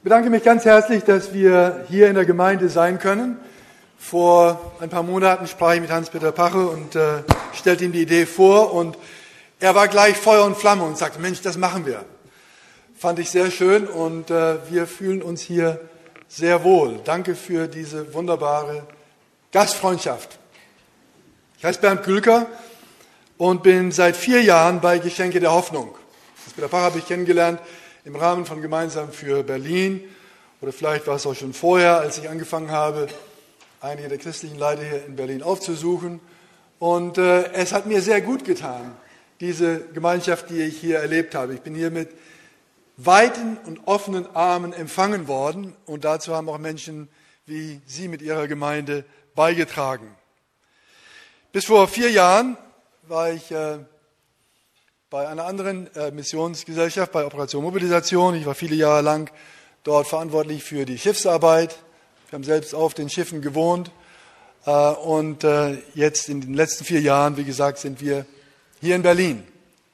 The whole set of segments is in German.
bedanke mich ganz herzlich, dass wir hier in der Gemeinde sein können. Vor ein paar Monaten sprach ich mit Hans-Peter Pache und stellte ihm die Idee vor. Und er war gleich Feuer und Flamme und sagte, Mensch, das machen wir. Fand ich sehr schön und wir fühlen uns hier sehr wohl. Danke für diese wunderbare Gastfreundschaft. Ich heiße Bernd Gülker und bin seit 4 Jahren bei Geschenke der Hoffnung. Hans-Peter Pache habe ich kennengelernt im Rahmen von Gemeinsam für Berlin. Oder vielleicht war es auch schon vorher, als ich angefangen habe, einige der christlichen Leiter hier in Berlin aufzusuchen. Und es hat mir sehr gut getan, diese Gemeinschaft, die ich hier erlebt habe. Ich bin hier mit weiten und offenen Armen empfangen worden. Und dazu haben auch Menschen wie Sie mit Ihrer Gemeinde beigetragen. Bis vor 4 Jahren war ich bei einer anderen Missionsgesellschaft, bei Operation Mobilisation. Ich war viele Jahre lang dort verantwortlich für die Schiffsarbeit. Wir haben selbst auf den Schiffen gewohnt. Und jetzt in den letzten 4 Jahren, wie gesagt, sind wir hier in Berlin.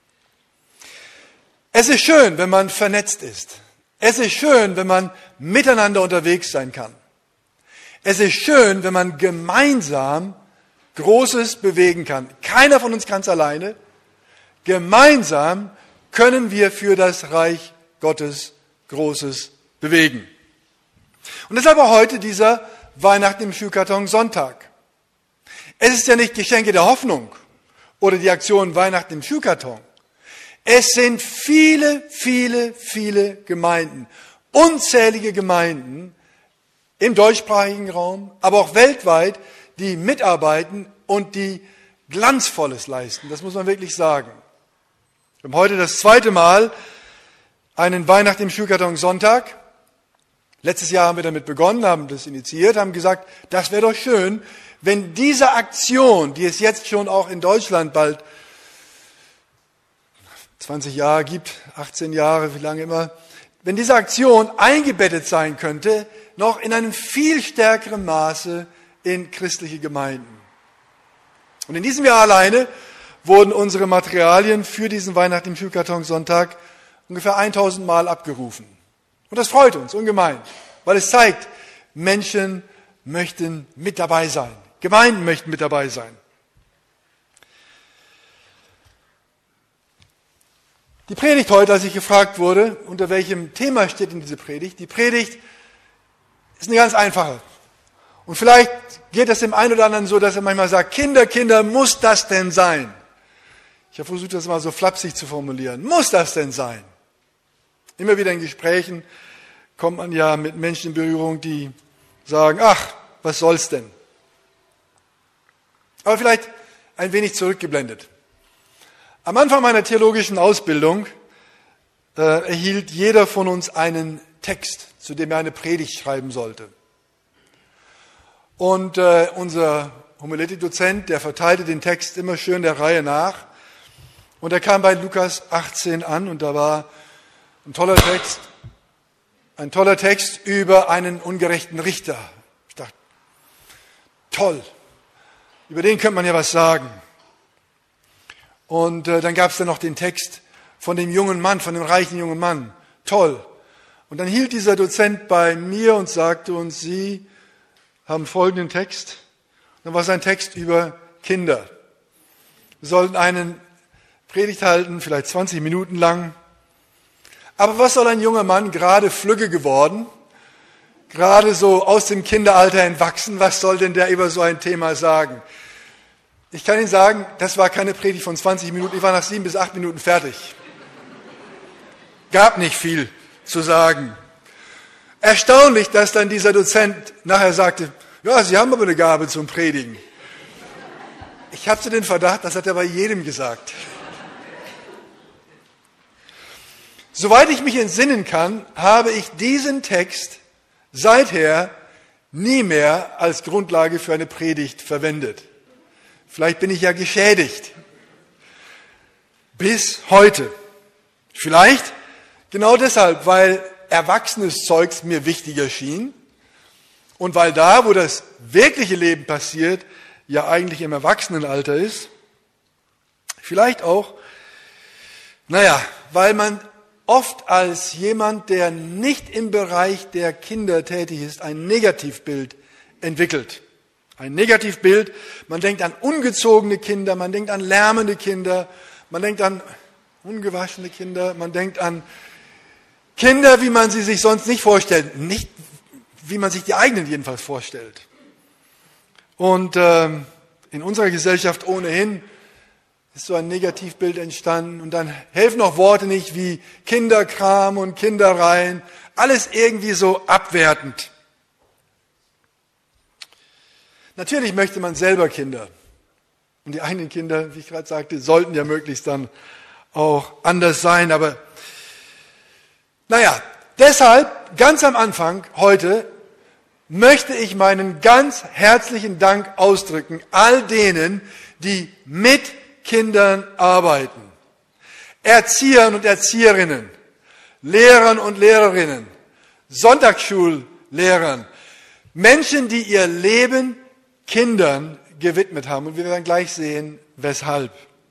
Es ist schön, wenn man vernetzt ist. Es ist schön, wenn man miteinander unterwegs sein kann. Es ist schön, wenn man gemeinsam Großes bewegen kann. Keiner von uns kann es alleine. Gemeinsam können wir für das Reich Gottes Großes bewegen. Und deshalb auch heute dieser Weihnachten im Schuhkarton Sonntag. Es ist ja nicht Geschenke der Hoffnung oder die Aktion Weihnachten im Schuhkarton. Es sind viele, viele, viele Gemeinden, unzählige Gemeinden im deutschsprachigen Raum, aber auch weltweit, die mitarbeiten und die Glanzvolles leisten. Das muss man wirklich sagen. Wir haben heute das 2. Mal einen Weihnachten im Schuhkarton Sonntag. Letztes Jahr haben wir damit begonnen, haben das initiiert, haben gesagt, das wäre doch schön, wenn diese Aktion, die es jetzt schon auch in Deutschland bald 20 Jahre gibt, 18 Jahre, wie lange immer, wenn diese Aktion eingebettet sein könnte, noch in einem viel stärkeren Maße in christliche Gemeinden. Und in diesem Jahr alleine wurden unsere Materialien für diesen Weihnachten im Schuhkarton Sonntag ungefähr 1000 Mal abgerufen. Und das freut uns ungemein, weil es zeigt, Menschen möchten mit dabei sein. Gemeinden möchten mit dabei sein. Die Predigt heute, als ich gefragt wurde, unter welchem Thema steht denn diese Predigt? Die Predigt ist eine ganz einfache. Und vielleicht geht es dem einen oder anderen so, dass er manchmal sagt, Kinder, muss das denn sein? Ich habe versucht, das mal so flapsig zu formulieren. Muss das denn sein? Immer wieder in Gesprächen kommt man ja mit Menschen in Berührung, die sagen, ach, was soll's denn? Aber vielleicht ein wenig zurückgeblendet. Am Anfang meiner theologischen Ausbildung erhielt jeder von uns einen Text, zu dem er eine Predigt schreiben sollte. Und unser Homiletik-Dozent, der verteilte den Text immer schön der Reihe nach. Und er kam bei Lukas 18 an und da war ein toller Text über einen ungerechten Richter. Ich dachte, toll, über den könnte man ja was sagen. Und dann gab es dann noch den Text von dem jungen Mann, von dem reichen jungen Mann. Toll. Und dann hielt dieser Dozent bei mir und sagte uns, Sie haben folgenden Text. Dann war es ein Text über Kinder. Wir sollten einen Predigt halten, vielleicht 20 Minuten lang. Aber was soll ein junger Mann, gerade flügge geworden, gerade so aus dem Kinderalter entwachsen, was soll denn der über so ein Thema sagen? Ich kann Ihnen sagen, das war keine Predigt von 20 Minuten, ich war nach 7 bis 8 Minuten fertig. Gab nicht viel zu sagen. Erstaunlich, dass dann dieser Dozent nachher sagte, ja, Sie haben aber eine Gabe zum Predigen. Ich habe so den Verdacht, das hat er bei jedem gesagt. Soweit ich mich entsinnen kann, habe ich diesen Text seither nie mehr als Grundlage für eine Predigt verwendet. Vielleicht bin ich ja geschädigt. Bis heute. Vielleicht genau deshalb, weil erwachsenes Zeugs mir wichtiger schien und weil da, wo das wirkliche Leben passiert, ja eigentlich im Erwachsenenalter ist. Vielleicht auch, weil man oft als jemand, der nicht im Bereich der Kinder tätig ist, ein Negativbild entwickelt. Ein Negativbild, man denkt an ungezogene Kinder, man denkt an lärmende Kinder, man denkt an ungewaschene Kinder, man denkt an Kinder, wie man sie sich sonst nicht vorstellt, nicht wie man sich die eigenen jedenfalls vorstellt. Und in unserer Gesellschaft ohnehin ist so ein Negativbild entstanden und dann helfen auch Worte nicht wie Kinderkram und Kindereien, alles irgendwie so abwertend. Natürlich möchte man selber Kinder. Und die eigenen Kinder, wie ich gerade sagte, sollten ja möglichst dann auch anders sein. Aber deshalb, ganz am Anfang heute, möchte ich meinen ganz herzlichen Dank ausdrücken all denen, die mit Kindern arbeiten. Erziehern und Erzieherinnen, Lehrern und Lehrerinnen, Sonntagsschullehrern, Menschen, die ihr Leben Kindern gewidmet haben. Und wir werden gleich sehen, weshalb.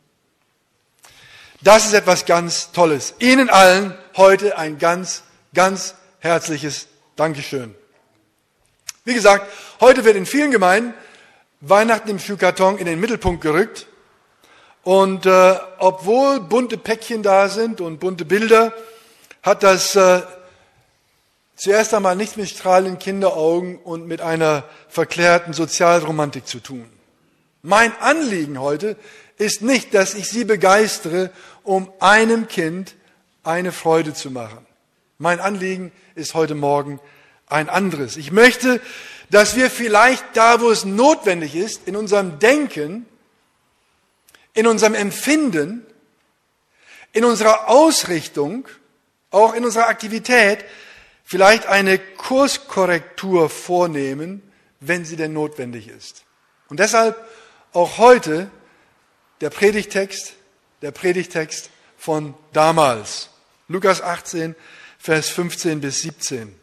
Das ist etwas ganz Tolles. Ihnen allen heute ein ganz, ganz herzliches Dankeschön. Wie gesagt, heute wird in vielen Gemeinden Weihnachten im Schuhkarton in den Mittelpunkt gerückt. Und obwohl bunte Päckchen da sind und bunte Bilder, hat das zuerst einmal nichts mit strahlenden Kinderaugen und mit einer verklärten Sozialromantik zu tun. Mein Anliegen heute ist nicht, dass ich Sie begeistere, um einem Kind eine Freude zu machen. Mein Anliegen ist heute Morgen ein anderes. Ich möchte, dass wir vielleicht da, wo es notwendig ist, in unserem Denken, in unserem Empfinden, in unserer Ausrichtung, auch in unserer Aktivität, vielleicht eine Kurskorrektur vornehmen, wenn sie denn notwendig ist. Und deshalb auch heute der Predigtext von damals. Lukas 18, Vers 15 bis 17.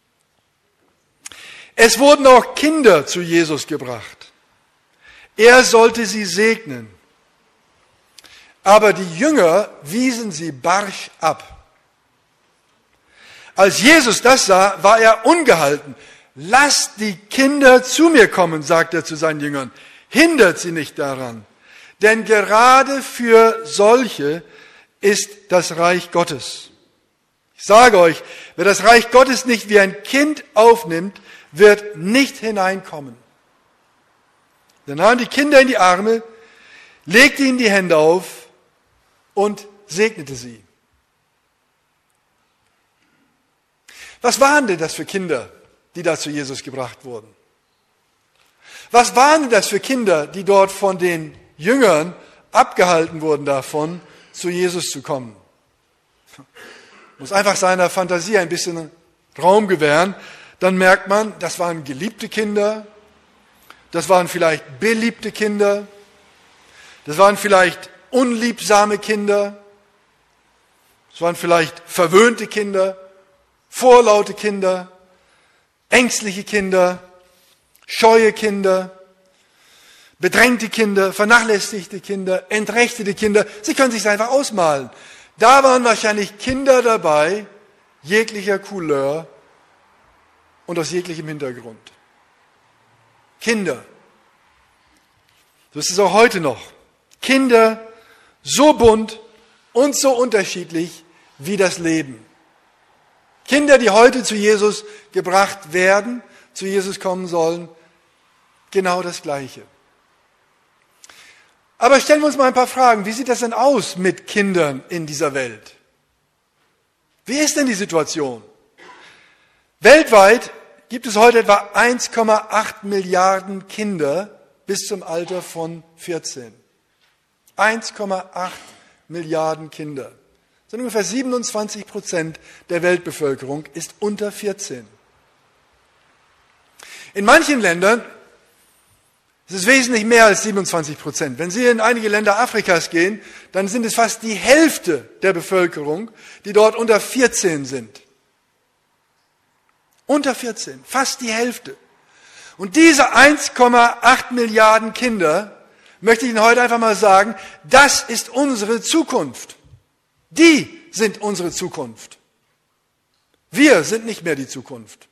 Es wurden auch Kinder zu Jesus gebracht. Er sollte sie segnen. Aber die Jünger wiesen sie barsch ab. Als Jesus das sah, war er ungehalten. Lasst die Kinder zu mir kommen, sagt er zu seinen Jüngern. Hindert sie nicht daran. Denn gerade für solche ist das Reich Gottes. Ich sage euch, wer das Reich Gottes nicht wie ein Kind aufnimmt, wird nicht hineinkommen. Er nahm die Kinder in die Arme, legte ihnen die Hände auf und segnete sie. Was waren denn das für Kinder, die da zu Jesus gebracht wurden? Was waren denn das für Kinder, die dort von den Jüngern abgehalten wurden davon, zu Jesus zu kommen? Muss einfach seiner Fantasie ein bisschen Raum gewähren. Dann merkt man, das waren geliebte Kinder, das waren vielleicht beliebte Kinder, das waren vielleicht unliebsame Kinder, das waren vielleicht verwöhnte Kinder, vorlaute Kinder, ängstliche Kinder, scheue Kinder, bedrängte Kinder, vernachlässigte Kinder, entrechtete Kinder. Sie können sich einfach ausmalen. Da waren wahrscheinlich Kinder dabei, jeglicher Couleur und aus jeglichem Hintergrund. Kinder. So ist es auch heute noch. Kinder so bunt und so unterschiedlich wie das Leben. Kinder, die heute zu Jesus gebracht werden, zu Jesus kommen sollen, genau das Gleiche. Aber stellen wir uns mal ein paar Fragen. Wie sieht das denn aus mit Kindern in dieser Welt? Wie ist denn die Situation? Weltweit gibt es heute etwa 1,8 Milliarden Kinder bis zum Alter von 14. 1,8 Milliarden Kinder. Das sind ungefähr 27% der Weltbevölkerung ist unter 14. In manchen Ländern ist es wesentlich mehr als 27%. Wenn Sie in einige Länder Afrikas gehen, dann sind es fast die Hälfte der Bevölkerung, die dort unter 14 sind. Unter 14, fast die Hälfte. Und diese 1,8 Milliarden Kinder, möchte ich Ihnen heute einfach mal sagen, das ist unsere Zukunft. Die sind unsere Zukunft. Wir sind nicht mehr die Zukunft.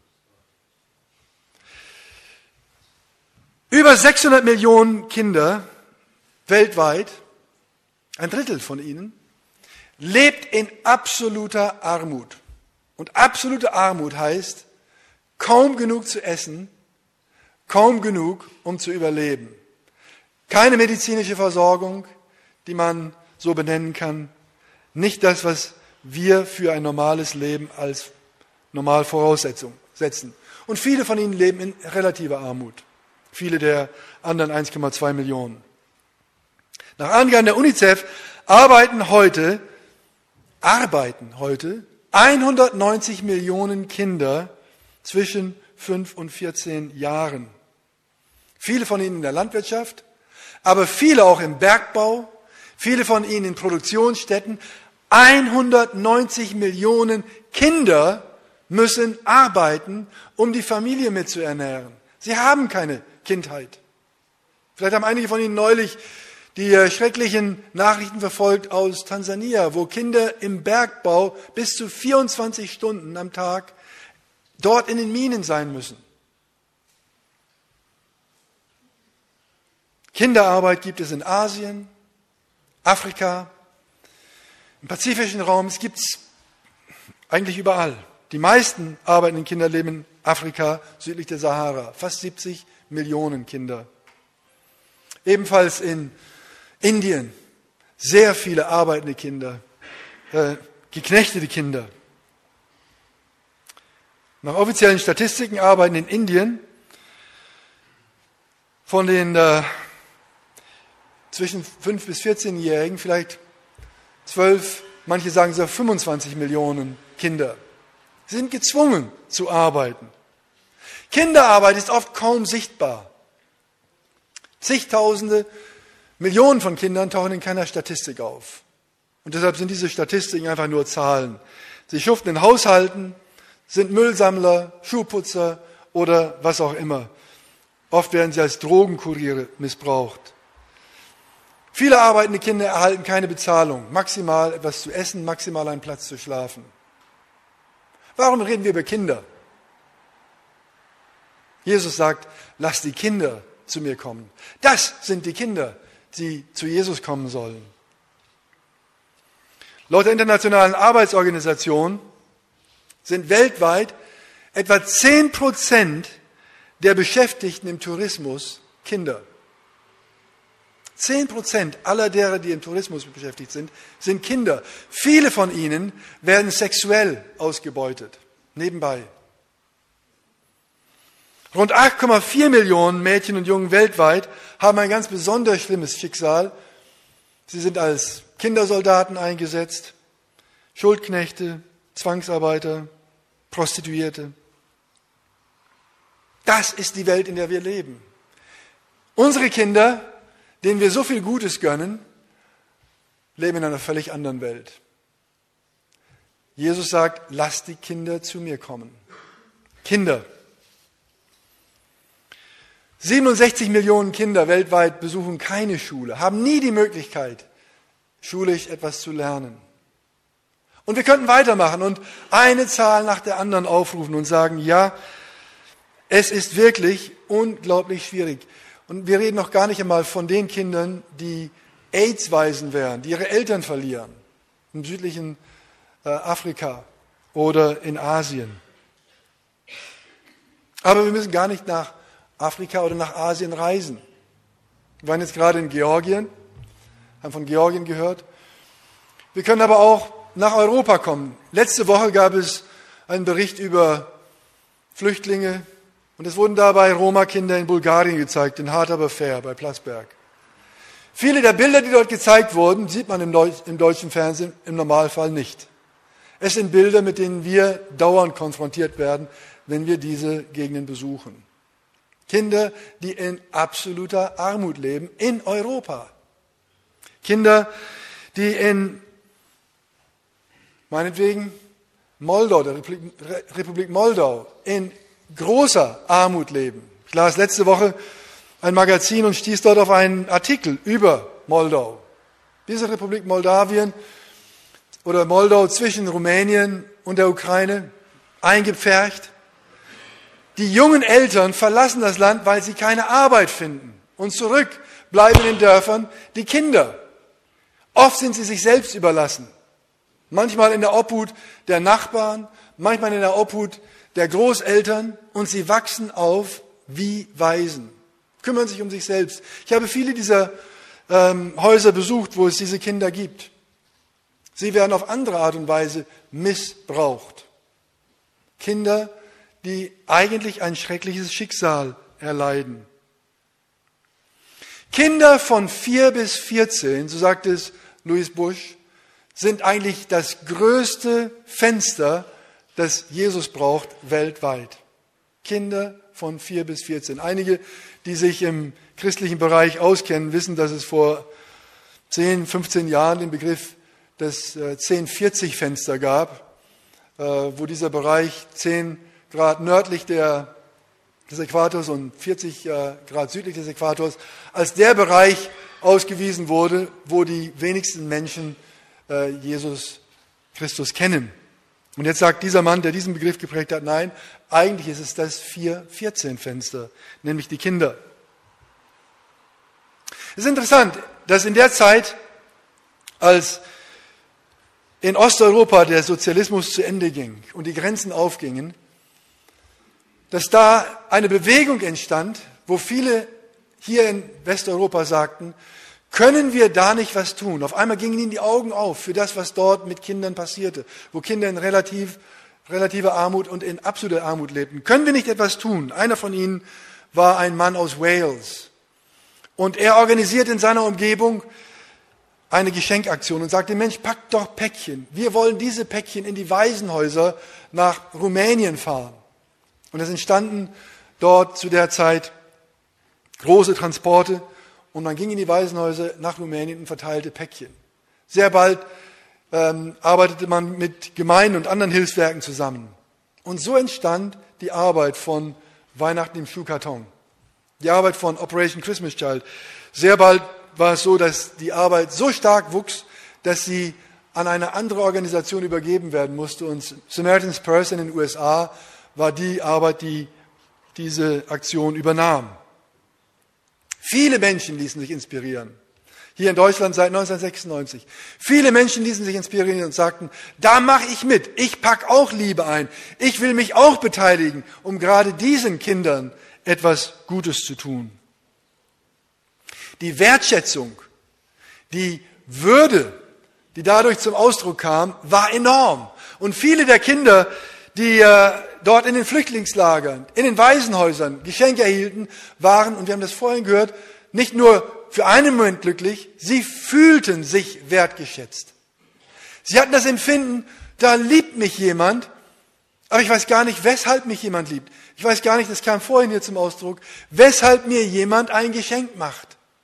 Über 600 Millionen Kinder weltweit, ein Drittel von ihnen, lebt in absoluter Armut. Und absolute Armut heißt, kaum genug zu essen, kaum genug, um zu überleben. Keine medizinische Versorgung, die man so benennen kann. Nicht das, was wir für ein normales Leben als Normalvoraussetzung setzen. Und viele von ihnen leben in relativer Armut. Viele der anderen 1,2 Millionen. Nach Angaben der UNICEF arbeiten heute 190 Millionen Kinder zwischen 5 und 14 Jahren. Viele von ihnen in der Landwirtschaft, aber viele auch im Bergbau, viele von ihnen in Produktionsstätten. 190 Millionen Kinder müssen arbeiten, um die Familie mitzuernähren. Sie haben keine Kindheit. Vielleicht haben einige von Ihnen neulich die schrecklichen Nachrichten verfolgt aus Tansania, wo Kinder im Bergbau bis zu 24 Stunden am Tag dort in den Minen sein müssen. Kinderarbeit gibt es in Asien, Afrika, im pazifischen Raum. Es gibt es eigentlich überall. Die meisten arbeitenden Kinder leben in Afrika, südlich der Sahara. Fast 70 Millionen Kinder. Ebenfalls in Indien sehr viele arbeitende Kinder, geknechtete Kinder. Nach offiziellen Statistiken arbeiten in Indien von den zwischen 5 bis 14-Jährigen vielleicht 12, manche sagen sogar 25 Millionen Kinder. Sie sind gezwungen zu arbeiten. Kinderarbeit ist oft kaum sichtbar. Zigtausende, Millionen von Kindern tauchen in keiner Statistik auf. Und deshalb sind diese Statistiken einfach nur Zahlen. Sie schuften in Haushalten, sind Müllsammler, Schuhputzer oder was auch immer. Oft werden sie als Drogenkuriere missbraucht. Viele arbeitende Kinder erhalten keine Bezahlung, maximal etwas zu essen, maximal einen Platz zu schlafen. Warum reden wir über Kinder? Jesus sagt, lasst die Kinder zu mir kommen. Das sind die Kinder, die zu Jesus kommen sollen. Laut der Internationalen Arbeitsorganisation sind weltweit etwa 10% der Beschäftigten im Tourismus Kinder. 10% aller derer, die im Tourismus beschäftigt sind, sind Kinder. Viele von ihnen werden sexuell ausgebeutet, nebenbei. Rund 8,4 Millionen Mädchen und Jungen weltweit haben ein ganz besonders schlimmes Schicksal. Sie sind als Kindersoldaten eingesetzt, Schuldknechte, Zwangsarbeiter, Prostituierte. Das ist die Welt, in der wir leben. Unsere Kinder, denen wir so viel Gutes gönnen, leben in einer völlig anderen Welt. Jesus sagt, lasst die Kinder zu mir kommen. Kinder. 67 Millionen Kinder weltweit besuchen keine Schule, haben nie die Möglichkeit, schulisch etwas zu lernen. Und wir könnten weitermachen und eine Zahl nach der anderen aufrufen und sagen, ja, es ist wirklich unglaublich schwierig. Und wir reden noch gar nicht einmal von den Kindern, die AIDS-Waisen wären, die ihre Eltern verlieren, im südlichen Afrika oder in Asien. Aber wir müssen gar nicht nach Afrika oder nach Asien reisen. Wir waren jetzt gerade in Georgien, haben von Georgien gehört. Wir können aber auch nach Europa kommen. Letzte Woche gab es einen Bericht über Flüchtlinge und es wurden dabei Roma-Kinder in Bulgarien gezeigt, in Hartaber Fair bei Plasberg. Viele der Bilder, die dort gezeigt wurden, sieht man im deutschen Fernsehen im Normalfall nicht. Es sind Bilder, mit denen wir dauernd konfrontiert werden, wenn wir diese Gegenden besuchen. Kinder, die in absoluter Armut leben, in Europa. Kinder, die in, meinetwegen, Moldau, der Republik Moldau, in großer Armut leben. Ich las letzte Woche ein Magazin und stieß dort auf einen Artikel über Moldau. Diese Republik Moldawien, oder Moldau zwischen Rumänien und der Ukraine, eingepfercht. Die jungen Eltern verlassen das Land, weil sie keine Arbeit finden. Und zurück bleiben in den Dörfern die Kinder. Oft sind sie sich selbst überlassen. Manchmal in der Obhut der Nachbarn, manchmal in der Obhut der Großeltern. Und sie wachsen auf wie Waisen, kümmern sich um sich selbst. Ich habe viele dieser Häuser besucht, wo es diese Kinder gibt. Sie werden auf andere Art und Weise missbraucht. Kinder, die eigentlich ein schreckliches Schicksal erleiden. Kinder von 4 bis 14, so sagt es Louis Busch, sind eigentlich das größte Fenster, das Jesus braucht weltweit. Kinder von 4 bis 14. Einige, die sich im christlichen Bereich auskennen, wissen, dass es vor 10, 15 Jahren den Begriff des 10-40-Fenster gab, wo dieser Bereich 10 Grad nördlich des Äquators und 40 Grad südlich des Äquators als der Bereich ausgewiesen wurde, wo die wenigsten Menschen Jesus Christus kennen. Und jetzt sagt dieser Mann, der diesen Begriff geprägt hat, nein, eigentlich ist es das 4-14-Fenster, nämlich die Kinder. Es ist interessant, dass in der Zeit, als in Osteuropa der Sozialismus zu Ende ging und die Grenzen aufgingen, dass da eine Bewegung entstand, wo viele hier in Westeuropa sagten, können wir da nicht was tun? Auf einmal gingen ihnen die Augen auf für das, was dort mit Kindern passierte, wo Kinder in relativer Armut und in absoluter Armut lebten. Können wir nicht etwas tun? Einer von ihnen war ein Mann aus Wales. Und er organisiert in seiner Umgebung eine Geschenkaktion und sagte, Mensch, packt doch Päckchen. Wir wollen diese Päckchen in die Waisenhäuser nach Rumänien fahren. Und es entstanden dort zu der Zeit große Transporte und man ging in die Waisenhäuser nach Rumänien und verteilte Päckchen. Sehr bald arbeitete man mit Gemeinden und anderen Hilfswerken zusammen. Und so entstand die Arbeit von Weihnachten im Schuhkarton, die Arbeit von Operation Christmas Child. Sehr bald war es so, dass die Arbeit so stark wuchs, dass sie an eine andere Organisation übergeben werden musste. Und Samaritan's Purse in den USA war die Arbeit, die diese Aktion übernahm. Viele Menschen ließen sich inspirieren. Hier in Deutschland seit 1996. Viele Menschen ließen sich inspirieren und sagten, da mache ich mit. Ich packe auch Liebe ein. Ich will mich auch beteiligen, um gerade diesen Kindern etwas Gutes zu tun. Die Wertschätzung, die Würde, die dadurch zum Ausdruck kam, war enorm. Und viele der Kinder, die dort in den Flüchtlingslagern, in den Waisenhäusern Geschenke erhielten, waren, und wir haben das vorhin gehört, nicht nur für einen Moment glücklich, sie fühlten sich wertgeschätzt. Sie hatten das Empfinden, da liebt mich jemand, aber ich weiß gar nicht, weshalb mich jemand liebt. Ich weiß gar nicht, das kam vorhin hier zum Ausdruck, weshalb mir jemand ein Geschenk macht.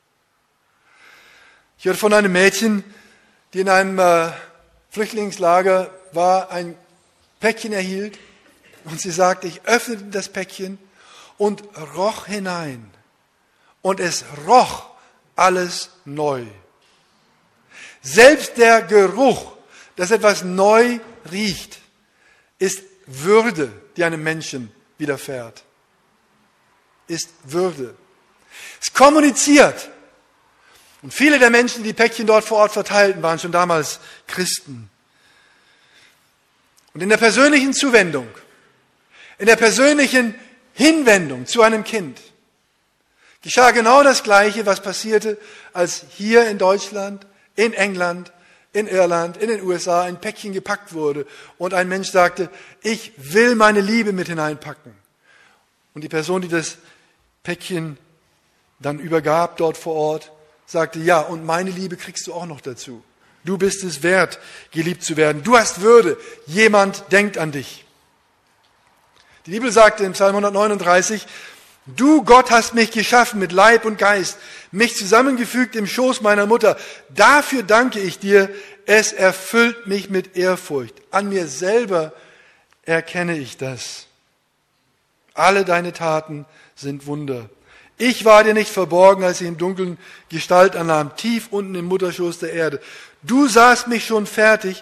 Ich hörte von einem Mädchen, die in einem Flüchtlingslager war, ein Päckchen erhielt und sie sagte, ich öffnete das Päckchen und roch hinein und es roch alles neu. Selbst der Geruch, dass etwas neu riecht, ist Würde, die einem Menschen widerfährt. Ist Würde. Es kommuniziert. Und viele der Menschen, die Päckchen dort vor Ort verteilten, waren schon damals Christen. Und in der persönlichen Zuwendung, in der persönlichen Hinwendung zu einem Kind, geschah genau das Gleiche, was passierte, als hier in Deutschland, in England, in Irland, in den USA ein Päckchen gepackt wurde und ein Mensch sagte, ich will meine Liebe mit hineinpacken. Und die Person, die das Päckchen dann übergab dort vor Ort, sagte, ja, und meine Liebe kriegst du auch noch dazu. Du bist es wert, geliebt zu werden. Du hast Würde. Jemand denkt an dich. Die Bibel sagte im Psalm 139, du Gott hast mich geschaffen mit Leib und Geist, mich zusammengefügt im Schoß meiner Mutter. Dafür danke ich dir. Es erfüllt mich mit Ehrfurcht. An mir selber erkenne ich das. Alle deine Taten sind Wunder. Ich war dir nicht verborgen, als ich im Dunkeln Gestalt annahm, tief unten im Mutterschoß der Erde. Du sahst mich schon fertig,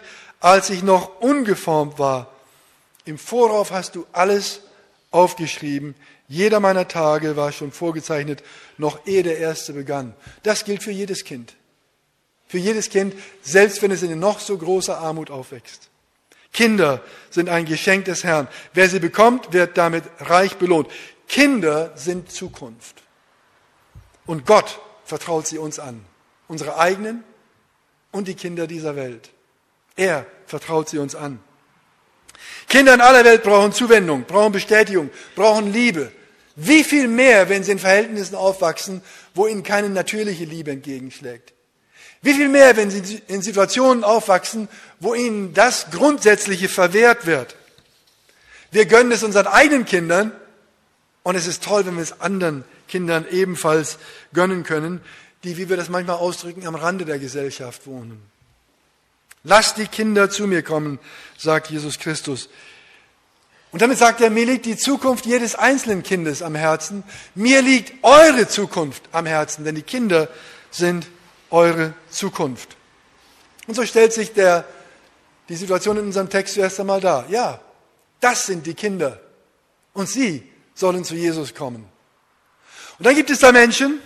als ich noch ungeformt war. Im Vorauf hast du alles aufgeschrieben. Jeder meiner Tage war schon vorgezeichnet, noch ehe der erste begann. Das gilt für jedes Kind. Für jedes Kind, selbst wenn es in noch so großer Armut aufwächst. Kinder sind ein Geschenk des Herrn. Wer sie bekommt, wird damit reich belohnt. Kinder sind Zukunft. Und Gott vertraut sie uns an. Unsere eigenen und die Kinder dieser Welt. Er vertraut sie uns an. Kinder in aller Welt brauchen Zuwendung, brauchen Bestätigung, brauchen Liebe. Wie viel mehr, wenn sie in Verhältnissen aufwachsen, wo ihnen keine natürliche Liebe entgegenschlägt. Wie viel mehr, wenn sie in Situationen aufwachsen, wo ihnen das Grundsätzliche verwehrt wird. Wir gönnen es unseren eigenen Kindern und es ist toll, wenn wir es anderen Kindern ebenfalls gönnen können, die, wie wir das manchmal ausdrücken, am Rande der Gesellschaft wohnen. Lasst die Kinder zu mir kommen, sagt Jesus Christus. Und damit sagt er, mir liegt die Zukunft jedes einzelnen Kindes am Herzen. Mir liegt eure Zukunft am Herzen, denn die Kinder sind eure Zukunft. Und so stellt sich die Situation in unserem Text zuerst einmal dar. Ja, das sind die Kinder. Und sie sollen zu Jesus kommen. Und dann gibt es da Menschen,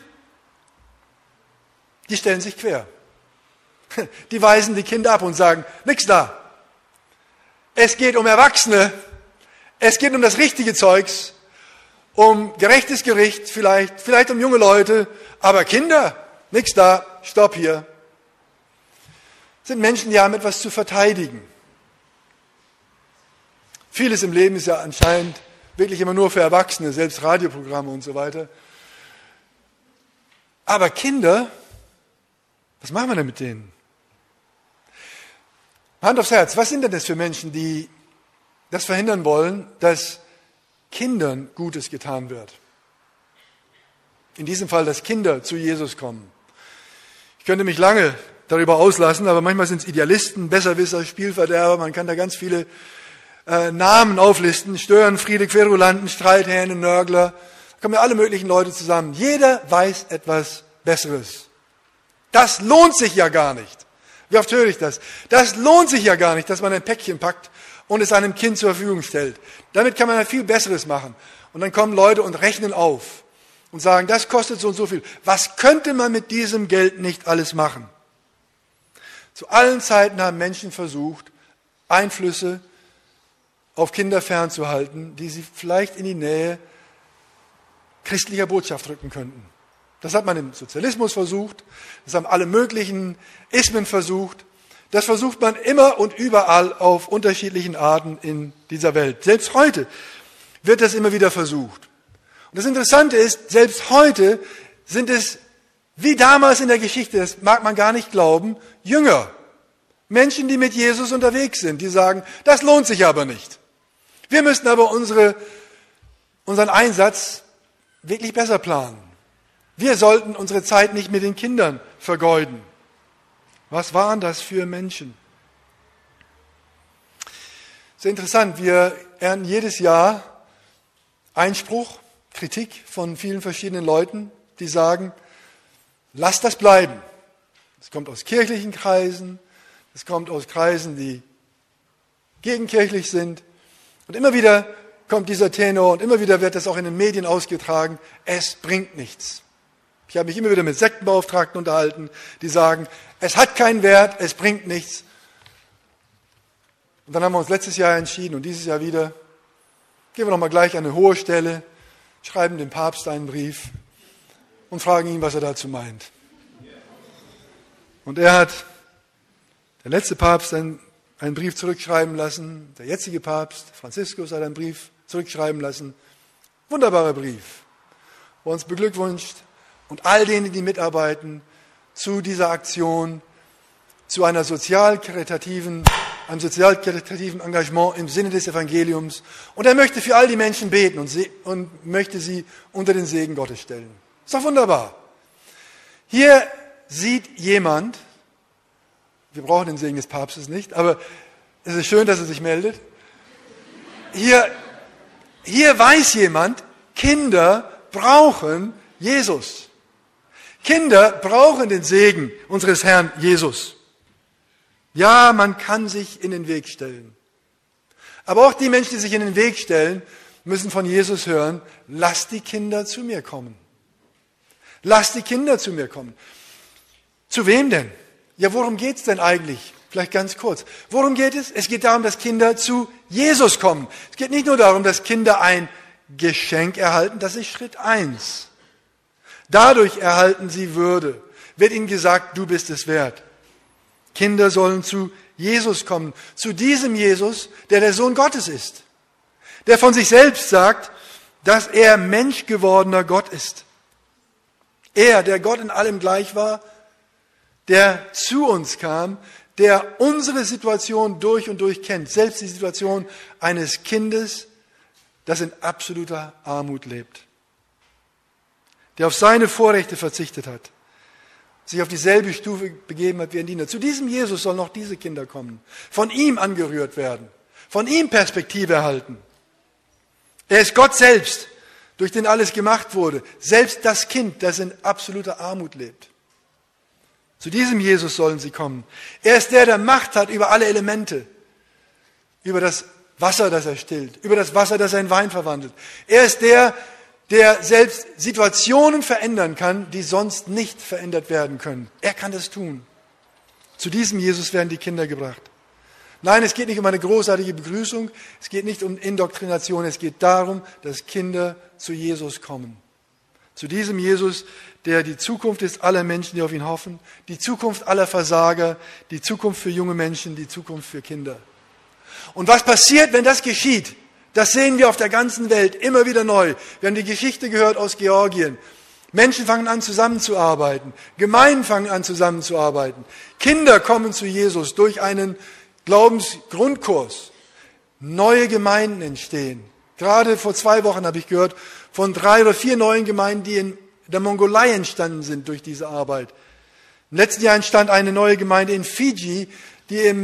die stellen sich quer. Die weisen die Kinder ab und sagen, nix da. Es geht um Erwachsene. Es geht um das richtige Zeugs. Um gerechtes Gericht vielleicht um junge Leute. Aber Kinder, nix da. Stopp hier. Das sind Menschen, die haben etwas zu verteidigen. Vieles im Leben ist ja anscheinend wirklich immer nur für Erwachsene, selbst Radioprogramme und so weiter. Aber Kinder, was machen wir denn mit denen? Hand aufs Herz, was sind denn das für Menschen, die das verhindern wollen, dass Kindern Gutes getan wird? In diesem Fall, dass Kinder zu Jesus kommen. Ich könnte mich lange darüber auslassen, aber manchmal sind es Idealisten, Besserwisser, Spielverderber, man kann da ganz viele Namen auflisten, Störenfriede, Querulanten, Streithähne, Nörgler, da kommen ja alle möglichen Leute zusammen. Jeder weiß etwas Besseres. Das lohnt sich ja gar nicht. Wie oft höre ich das? Das lohnt sich ja gar nicht, dass man ein Päckchen packt und es einem Kind zur Verfügung stellt. Damit kann man ja viel Besseres machen. Und dann kommen Leute und rechnen auf und sagen, das kostet so und so viel. Was könnte man mit diesem Geld nicht alles machen? Zu allen Zeiten haben Menschen versucht, Einflüsse auf Kinder fernzuhalten, die sie vielleicht in die Nähe christlicher Botschaft rücken könnten. Das hat man im Sozialismus versucht, das haben alle möglichen Ismen versucht, das versucht man immer und überall auf unterschiedlichen Arten in dieser Welt. Selbst heute wird das immer wieder versucht. Und das Interessante ist, selbst heute sind es, wie damals in der Geschichte, das mag man gar nicht glauben, Jünger. Menschen, die mit Jesus unterwegs sind, die sagen, das lohnt sich aber nicht. Wir müssten aber unseren Einsatz wirklich besser planen. Wir sollten unsere Zeit nicht mit den Kindern vergeuden. Was waren das für Menschen? Sehr interessant, wir ernten jedes Jahr Einspruch, Kritik von vielen verschiedenen Leuten, die sagen, lasst das bleiben. Das kommt aus kirchlichen Kreisen, das kommt aus Kreisen, die gegenkirchlich sind. Und immer wieder kommt dieser Tenor und immer wieder wird das auch in den Medien ausgetragen, es bringt nichts. Ich habe mich immer wieder mit Sektenbeauftragten unterhalten, die sagen, es hat keinen Wert, es bringt nichts. Und dann haben wir uns letztes Jahr entschieden und dieses Jahr wieder, gehen wir nochmal gleich an eine hohe Stelle, schreiben dem Papst einen Brief und fragen ihn, was er dazu meint. Und der letzte Papst, einen Brief zurückschreiben lassen, der jetzige Papst, Franziskus, hat einen Brief zurückschreiben lassen. Wunderbarer Brief, wo er uns beglückwünscht und all denen, die mitarbeiten, zu dieser Aktion, zu einem sozial-karitativen Engagement im Sinne des Evangeliums. Und er möchte für all die Menschen beten und möchte sie unter den Segen Gottes stellen. Ist doch wunderbar. Hier sieht jemand, wir brauchen den Segen des Papstes nicht, aber es ist schön, dass er sich meldet. Hier weiß jemand, Kinder brauchen Jesus. Kinder brauchen den Segen unseres Herrn Jesus. Ja, man kann sich in den Weg stellen. Aber auch die Menschen, die sich in den Weg stellen, müssen von Jesus hören, lasst die Kinder zu mir kommen. Lasst die Kinder zu mir kommen. Zu wem denn? Ja, worum geht's denn eigentlich? Vielleicht ganz kurz. Worum geht es? Es geht darum, dass Kinder zu Jesus kommen. Es geht nicht nur darum, dass Kinder ein Geschenk erhalten, das ist Schritt 1. Dadurch erhalten sie Würde. Wird ihnen gesagt, du bist es wert. Kinder sollen zu Jesus kommen. Zu diesem Jesus, der Sohn Gottes ist. Der von sich selbst sagt, dass er menschgewordener Gott ist. Er, der Gott in allem gleich war, der zu uns kam, der unsere Situation durch und durch kennt. Selbst die Situation eines Kindes, das in absoluter Armut lebt. Der auf seine Vorrechte verzichtet hat. Sich auf dieselbe Stufe begeben hat wie ein Diener. Zu diesem Jesus sollen auch diese Kinder kommen. Von ihm angerührt werden. Von ihm Perspektive erhalten. Er ist Gott selbst, durch den alles gemacht wurde. Selbst das Kind, das in absoluter Armut lebt. Zu diesem Jesus sollen sie kommen. Er ist der Macht hat über alle Elemente. Über das Wasser, das er stillt. Über das Wasser, das er in Wein verwandelt. Er ist der selbst Situationen verändern kann, die sonst nicht verändert werden können. Er kann das tun. Zu diesem Jesus werden die Kinder gebracht. Nein, es geht nicht um eine großartige Begrüßung, es geht nicht um Indoktrination, es geht darum, dass Kinder zu Jesus kommen. Zu diesem Jesus, der die Zukunft ist aller Menschen, die auf ihn hoffen, die Zukunft aller Versager, die Zukunft für junge Menschen, die Zukunft für Kinder. Und was passiert, wenn das geschieht? Das sehen wir auf der ganzen Welt immer wieder neu. Wir haben die Geschichte gehört aus Georgien. Menschen fangen an zusammenzuarbeiten, Gemeinden fangen an zusammenzuarbeiten. Kinder kommen zu Jesus durch einen Glaubensgrundkurs. Neue Gemeinden entstehen. Gerade vor 2 Wochen habe ich gehört von 3 oder 4 neuen Gemeinden, die in der Mongolei entstanden sind durch diese Arbeit. Im letzten Jahr entstand eine neue Gemeinde in Fiji, die im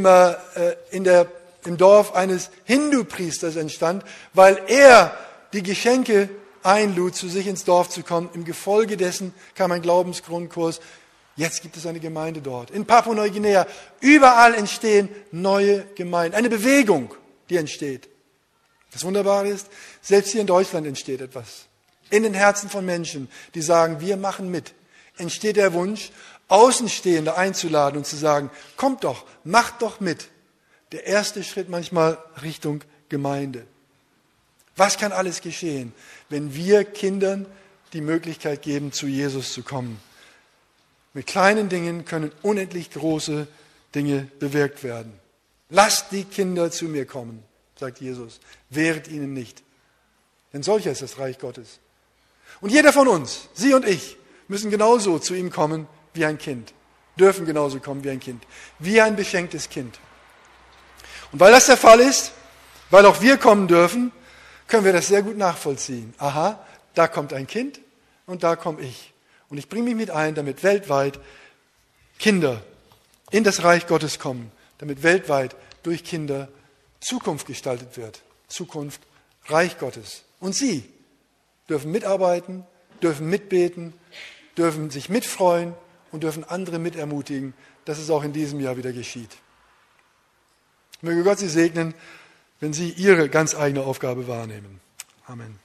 Dorf eines Hindu-Priesters entstand, weil er die Geschenke einlud, zu sich ins Dorf zu kommen. Im Gefolge dessen kam ein Glaubensgrundkurs. Jetzt gibt es eine Gemeinde dort. In Papua-Neuguinea. Überall entstehen neue Gemeinden. Eine Bewegung, die entsteht. Das Wunderbare ist, selbst hier in Deutschland entsteht etwas. In den Herzen von Menschen, die sagen, wir machen mit. Entsteht der Wunsch, Außenstehende einzuladen und zu sagen, kommt doch, macht doch mit. Der erste Schritt manchmal Richtung Gemeinde. Was kann alles geschehen, wenn wir Kindern die Möglichkeit geben, zu Jesus zu kommen? Mit kleinen Dingen können unendlich große Dinge bewirkt werden. Lasst die Kinder zu mir kommen, sagt Jesus. Wehret ihnen nicht. Denn solcher ist das Reich Gottes. Und jeder von uns, Sie und ich, müssen genauso zu ihm kommen wie ein Kind. Dürfen genauso kommen wie ein Kind. Wie ein beschenktes Kind. Und weil das der Fall ist, weil auch wir kommen dürfen, können wir das sehr gut nachvollziehen. Aha, da kommt ein Kind und da komme ich. Und ich bringe mich mit ein, damit weltweit Kinder in das Reich Gottes kommen, damit weltweit durch Kinder Zukunft gestaltet wird. Zukunft, Reich Gottes. Und Sie dürfen mitarbeiten, dürfen mitbeten, dürfen sich mitfreuen und dürfen andere mitermutigen, dass es auch in diesem Jahr wieder geschieht. Möge Gott Sie segnen, wenn Sie Ihre ganz eigene Aufgabe wahrnehmen. Amen.